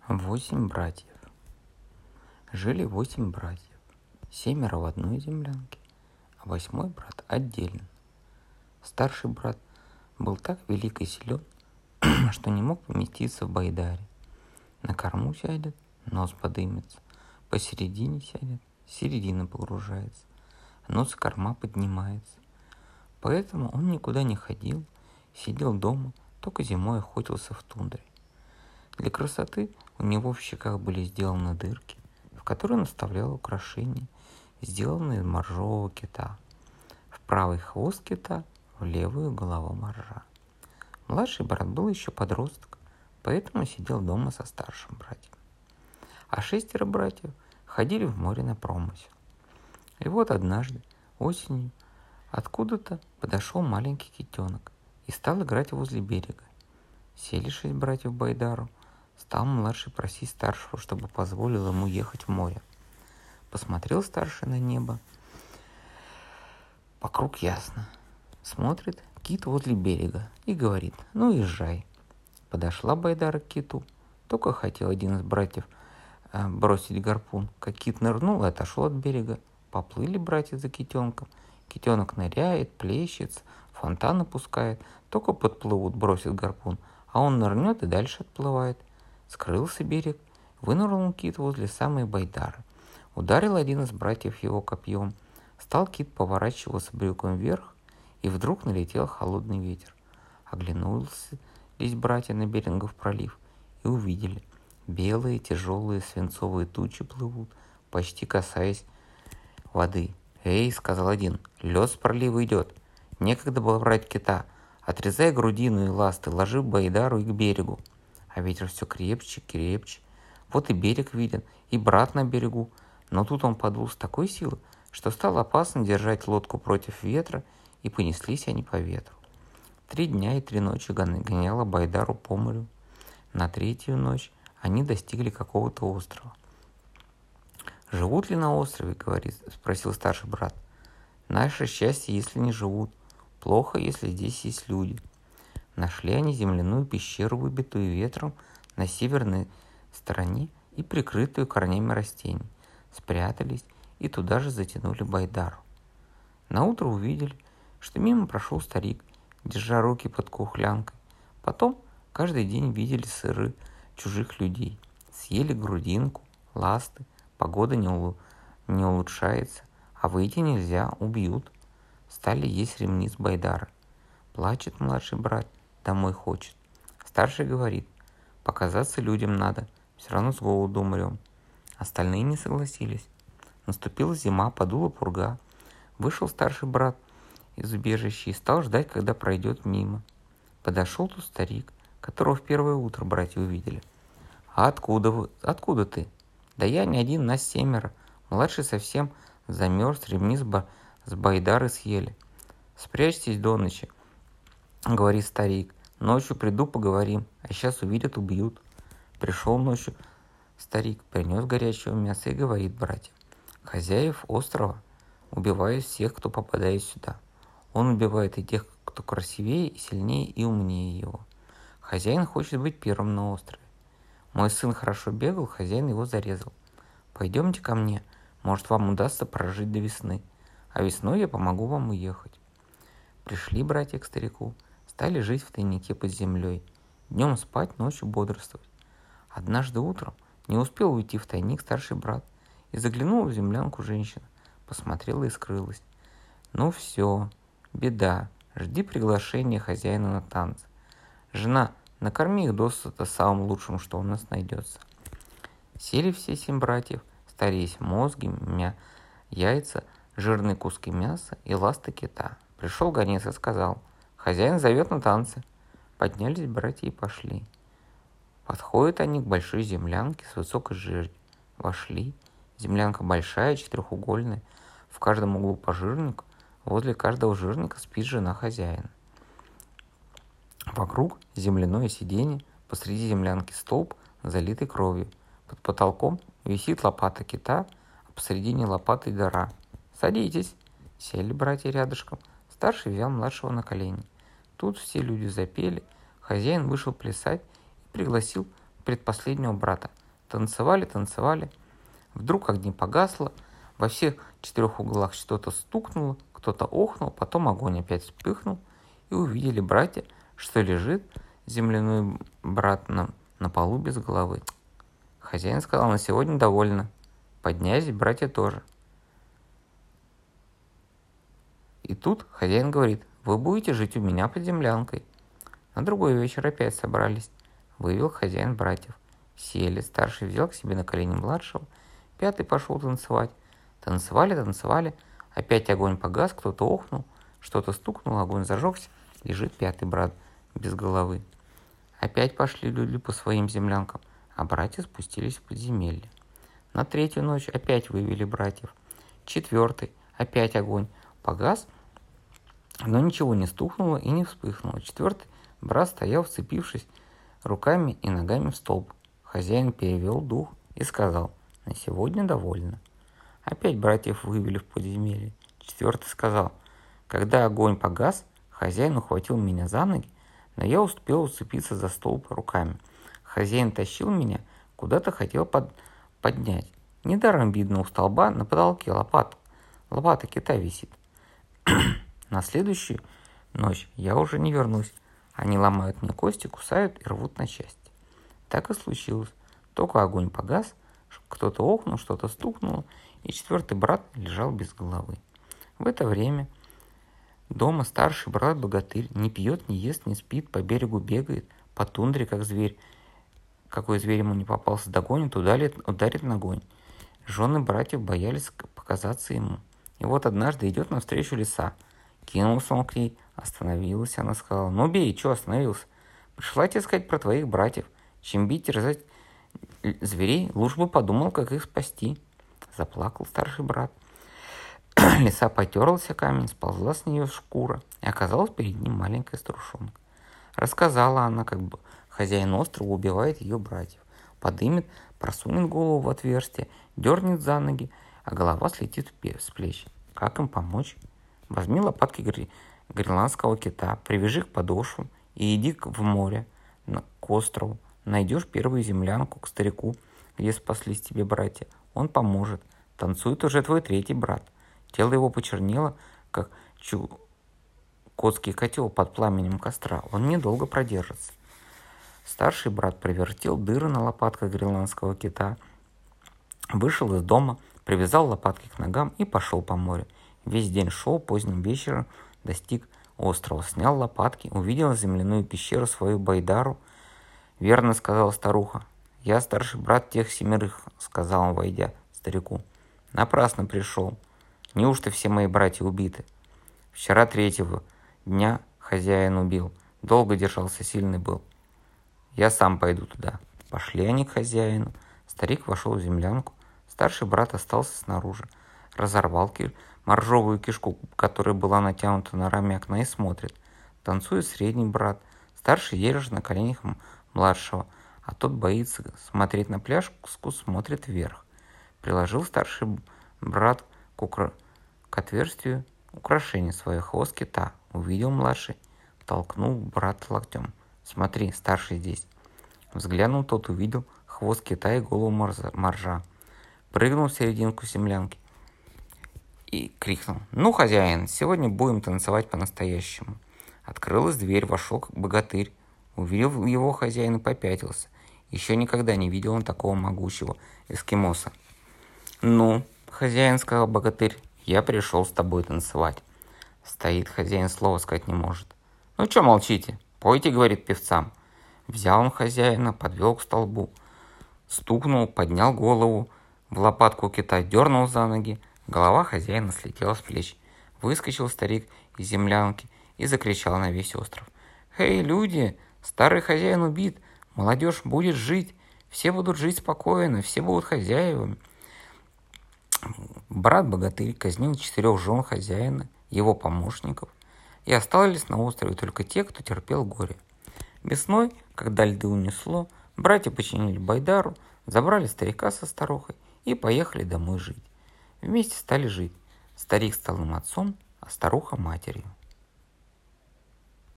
8 братьев. Жили 8 братьев. 7 в одной землянке, а 8 брат отдельно. Старший брат был так велик и силен, что не мог поместиться в байдаре. На корму сядет, нос подымется, посередине сядет, середина погружается, нос и корма поднимается. Поэтому он никуда не ходил, сидел дома, только зимой охотился в тундре. Для красоты у него в щеках были сделаны дырки, в которые он оставлял украшения, сделанные из моржового кита. В правый хвост кита, в левую голова моржа. Младший брат был еще подросток, поэтому сидел дома со старшим братьем. А 6 братьев ходили в море на промысел. И вот однажды, осенью, откуда-то подошел маленький китенок и стал играть возле берега. Сели 6 братьев в байдару. Стал младший просить старшего, чтобы позволил ему ехать в море. Посмотрел старший на небо. Вокруг ясно. Смотрит, кит возле берега и говорит: «Ну, езжай». Подошла байдара к киту. Только хотел один из братьев бросить гарпун, как кит нырнул и отошел от берега. Поплыли братья за китенком. Китенок ныряет, плещется, фонтаны пускает. Только подплывут, бросит гарпун, а он нырнет и дальше отплывает. Скрылся берег, вынырнул кит возле самой байдары. Ударил один из братьев его копьем. Стал кит поворачиваться брюком вверх, и вдруг налетел холодный ветер. Оглянулись братья на Берингов пролив и увидели: белые тяжелые свинцовые тучи плывут, почти касаясь воды. «Эй!» — сказал один, — «лед с пролива идет. Некогда было брать кита. Отрезай грудину и ласты, ложи в байдару и к берегу». А ветер все крепче, крепче. Вот и берег виден, и брат на берегу. Но тут он подул с такой силой, что стало опасно держать лодку против ветра, и понеслись они по ветру. 3 дня и 3 ночи гоняла байдару по морю. На 3-ю ночь они достигли какого-то острова. «Живут ли на острове?» — спросил старший брат. «Наше счастье, если не живут. Плохо, если здесь есть люди». Нашли они земляную пещеру, выбитую ветром на северной стороне и прикрытую корнями растений. Спрятались и туда же затянули байдару. Наутро увидели, что мимо прошел старик, держа руки под кухлянкой. Потом каждый день видели сыры чужих людей. Съели грудинку, ласты, погода не улучшается, а выйти нельзя, убьют. Стали есть ремни с байдары. Плачет младший брат, домой хочет. Старший говорит: показаться людям надо, все равно с голоду умрем. Остальные не согласились. Наступила зима, подула пурга. Вышел старший брат из убежища и стал ждать, когда пройдет мимо. Подошел тут старик, которого в первое утро братья увидели. «А откуда ты?» «Да я не один, нас 7. Младший совсем замерз, ремни с байдары съели». «Спрячьтесь до ночи», — говорит старик. «Ночью приду, поговорим, а сейчас увидят, убьют». Пришел ночью старик, принес горячего мяса и говорит братьям: «Хозяев острова убивают всех, кто попадает сюда. Он убивает и тех, кто красивее, и сильнее, и умнее его. Хозяин хочет быть первым на острове. Мой сын хорошо бегал, хозяин его зарезал. Пойдемте ко мне, может, вам удастся прожить до весны, а весной я помогу вам уехать». Пришли братья к старику, стали жить в тайнике под землей, днем спать, ночью бодрствовать. Однажды утром не успел уйти в тайник старший брат, и заглянула в землянку женщина, посмотрела и скрылась. «Ну все, беда, жди приглашения хозяина на танцы. Жена, накорми их досыта самым лучшим, что у нас найдется». Сели все 7 братьев, стали есть мозги, яйца, жирные куски мяса и ласты кита. Пришел гонец и сказал: «Хозяин зовет на танцы». Поднялись братья и пошли. Подходят они к большой землянке с высокой жердью. Вошли. Землянка большая, 4-угольная. В каждом углу по жирнику. Возле каждого жирника спит жена хозяина. Вокруг земляное сиденье, посреди землянки столб, залитый кровью. Под потолком висит лопата кита, а посредине лопаты дыра. «Садитесь». Сели братья рядышком. Старший взял младшего на колени. Тут все люди запели. Хозяин вышел плясать и пригласил предпоследнего брата. Танцевали, танцевали. Вдруг огни погасло, во всех 4 углах что-то стукнуло, кто-то охнул, потом огонь опять вспыхнул, и увидели братья, что лежит земляной брат на полу без головы. Хозяин сказал: на сегодня довольно. Поднялись братья тоже. И тут хозяин говорит: вы будете жить у меня под землянкой. На другой вечер опять собрались. Вывел хозяин братьев. Сели, старший взял к себе на колени младшего, 5 пошел танцевать. Танцевали, танцевали, опять огонь погас, кто-то охнул, что-то стукнуло, огонь зажегся, лежит 5 брат без головы. Опять пошли люди по своим землянкам, а братья спустились в подземелье. На 3-ю ночь опять вывели братьев. 4-й опять огонь погас, но ничего не стукнуло и не вспыхнуло. 4-й брат стоял, вцепившись руками и ногами в столб. Хозяин перевел дух и сказал: на сегодня довольно. Опять братьев вывели в подземелье. 4-й сказал: когда огонь погас, хозяин ухватил меня за ноги, но я успел уцепиться за столб руками. Хозяин тащил меня, куда-то хотел поднять. Недаром видно у столба на потолке лопата кита висит. На следующую ночь я уже не вернусь. Они ломают мне кости, кусают и рвут на части. Так и случилось. Только огонь погас, кто-то охнул, что-то стукнуло, и 4-й брат лежал без головы. В это время дома старший брат-богатырь не пьет, не ест, не спит, по берегу бегает, по тундре, как зверь. Какой зверь ему не попался, догонит, ударит ногой. Жены братьев боялись показаться ему. И вот однажды идет навстречу лиса. Кинулся он к ней, остановилась, она сказала: ну бей, чё остановился? Пришла тебе сказать про твоих братьев. Чем бить, терзать зверей, лучше бы подумал, как их спасти. Заплакал старший брат. Лиса потерлась о камень, сползла с нее шкура, и оказалась перед ним маленькая старушонка. Рассказала она, как бы хозяин острова убивает ее братьев. Подымет, просунет голову в отверстие, дернет за ноги, а голова слетит с плеч. Как им помочь? Возьми лопатки гренландского кита, привяжи к подошвам и иди в море, к острову. Найдешь первую землянку к старику, где спаслись тебе братья. Он поможет. Танцует уже твой 3-й брат. Тело его почернело, как чукотский котел под пламенем костра. Он недолго продержится. Старший брат провертел дыры на лопатках гренландского кита, вышел из дома, привязал лопатки к ногам и пошел по морю. Весь день шел, поздним вечером достиг острова, снял лопатки, увидел земляную пещеру свою байдару. «Верно, — сказала старуха, — я старший брат тех 7, — сказал он, войдя старику. Напрасно пришел. Неужто все мои братья убиты? Вчера 3-го дня хозяин убил. Долго держался, сильный был. Я сам пойду туда». Пошли они к хозяину. Старик вошел в землянку. Старший брат остался снаружи. Разорвал моржовую кишку, которая была натянута на раме окна, и смотрит. Танцует 3-й брат. Старший держит на коленях младшего, а тот боится смотреть на пляжку, смотрит вверх. Приложил старший брат к отверстию украшение свое, хвост кита. Увидел младший, толкнул брат локтем. «Смотри, старший здесь». Взглянул тот, увидел хвост кита и голову моржа. Прыгнул в серединку землянки и крикнул: «Ну, хозяин, сегодня будем танцевать по-настоящему». Открылась дверь, вошел богатырь. Увидел его хозяин и попятился. Еще никогда не видел он такого могучего эскимоса. «Ну, хозяин, — сказал богатырь, — я пришел с тобой танцевать». Стоит хозяин, слова сказать не может. «Ну, что молчите? Пойте, — говорит, — певцам». Взял он хозяина, подвел к столбу. Стукнул, поднял голову в лопатку кита, дернул за ноги. Голова хозяина слетела с плеч. Выскочил старик из землянки и закричал на весь остров: «Эй, люди! Старый хозяин убит! Молодежь будет жить! Все будут жить спокойно, все будут хозяевами!» Брат-богатырь казнил 4 жен хозяина, его помощников, и остались на острове только те, кто терпел горе. Весной, когда льды унесло, братья починили байдару, забрали старика со старухой и поехали домой жить. Вместе стали жить. Старик стал им отцом, а старуха — матерью.